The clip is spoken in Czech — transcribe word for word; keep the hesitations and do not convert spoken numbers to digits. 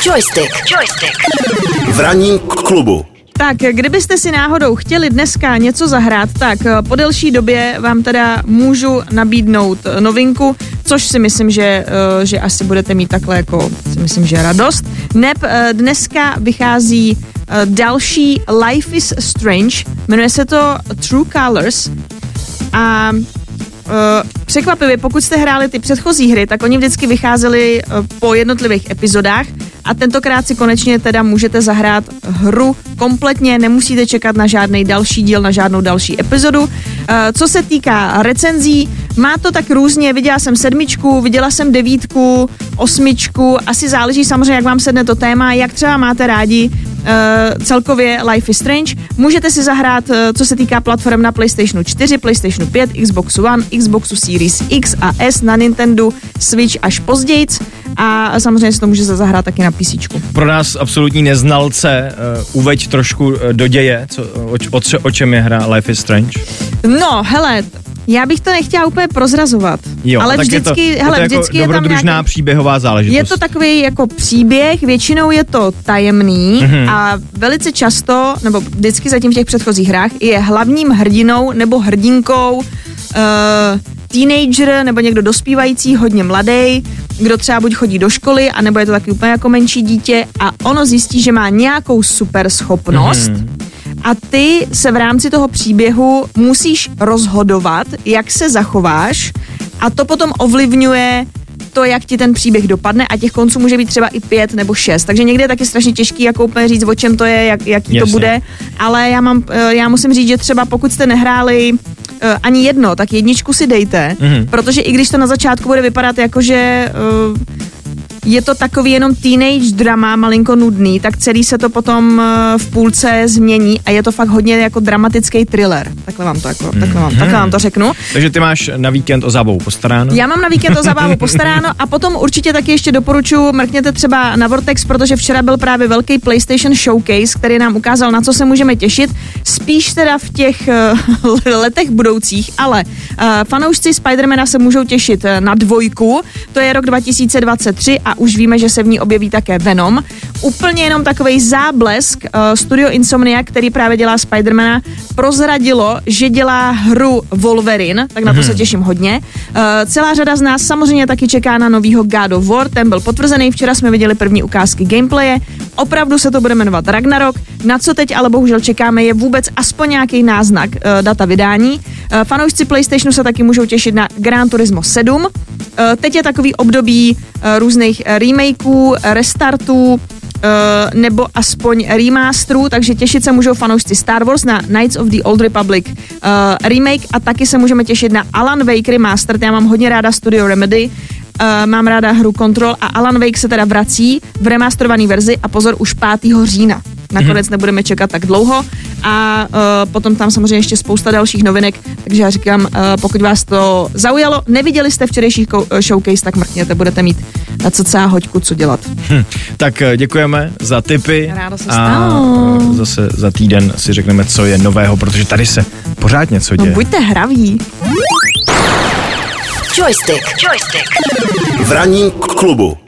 Joystick. Joystick. V ranním klubu. Tak, kdybyste si náhodou chtěli dneska něco zahrát, tak po delší době vám teda můžu nabídnout novinku, což si myslím, že, že asi budete mít takhle jako, si myslím, že radost. Neb dneska vychází další Life is Strange, jmenuje se to True Colors a Uh, překvapivě, pokud jste hráli ty předchozí hry, tak oni vždycky vycházeli uh, po jednotlivých epizodách a tentokrát si konečně teda můžete zahrát hru kompletně, nemusíte čekat na žádný další díl, na žádnou další epizodu. Uh, co se týká recenzí, má to tak různě, viděla jsem sedmičku, viděla jsem devítku, osmičku, asi záleží samozřejmě, jak vám sedne to téma, jak třeba máte rádi Uh, celkově Life is Strange. Můžete si zahrát, uh, co se týká platform na PlayStationu čtyři, PlayStationu pět, Xboxu One, Xboxu Series X a S, na Nintendo Switch až pozdějc a samozřejmě si to můžete zahrát taky na PCčku. Pro nás absolutní neznalce uh, uveď trošku uh, do děje, co, o, o, o čem je hra Life is Strange. No, hele, já bych to nechtěla úplně prozrazovat, jo, ale vždycky, je to, hele, je to vždycky jako je tam nějaký, příběhová záležitost. Je to takový jako příběh, většinou je to tajemný mm-hmm. a velice často, nebo vždycky zatím v těch předchozích hrách, je hlavním hrdinou nebo hrdinkou uh, teenager nebo někdo dospívající, hodně mladý, kdo třeba buď chodí do školy, anebo je to taky úplně jako menší dítě a ono zjistí, že má nějakou super schopnost mm-hmm. a ty se v rámci toho příběhu musíš rozhodovat, jak se zachováš a to potom ovlivňuje to, jak ti ten příběh dopadne a těch konců může být třeba i pět nebo šest, takže někdy je taky strašně těžký jako úplně říct, o čem to je, jak, jaký Jasně. to bude, ale já mám, já musím říct, že třeba pokud jste nehráli uh, ani jedno, tak jedničku si dejte, mm-hmm. protože i když to na začátku bude vypadat jako, že uh, je to takový jenom teenage drama, malinko nudný, tak celý se to potom v půlce změní a je to fakt hodně jako dramatický thriller. Takhle vám to, jako, mm. takhle vám, takhle vám to řeknu. Takže ty máš na víkend o zábavu postaráno? Já mám na víkend o zábavu postaráno a potom určitě taky ještě doporučuji, mrkněte třeba na Vortex, protože včera byl právě velký PlayStation Showcase, který nám ukázal, na co se můžeme těšit. Spíš teda v těch uh, letech budoucích, ale uh, fanoušci Spidermana se můžou těšit na dvojku, to je rok dva tisíce dvacet tři a už víme, že se v ní objeví také Venom. Úplně jenom takovej záblesk uh, Studio Insomniac, který právě dělá Spidermana, prozradilo, že dělá hru Wolverine, tak na to mm-hmm. se těším hodně. Uh, celá řada z nás samozřejmě taky čeká na novýho God of War, ten byl potvrzený, včera jsme viděli první ukázky gameplaye, opravdu se to bude jmenovat Ragnarok, na co teď ale bohužel čekáme je vůbec aspoň nějaký náznak uh, data vydání. Uh, fanoušci PlayStationu se taky můžou těšit na Gran Turismo sedm. Teď je takový období různých remakeů, restartů nebo aspoň remasterů, takže těšit se můžou fanoušci Star Wars na Knights of the Old Republic remake a taky se můžeme těšit na Alan Wake remastered. Já mám hodně ráda Studio Remedy, mám ráda hru Control a Alan Wake se teda vrací v remasterované verzi a pozor už pátého října. Nakonec mm-hmm. nebudeme čekat tak dlouho a uh, potom tam samozřejmě ještě spousta dalších novinek, takže já říkám, uh, pokud vás to zaujalo, neviděli jste včerejší showcase, tak mrkněte, budete mít na cca hoďku co dělat. Hm. Tak děkujeme za tipy. Ráda se a stalo. Zase za týden si řekneme, co je nového, protože tady se pořád něco děje. No buďte hraví. Joystick. Joystick. V ranním klubu.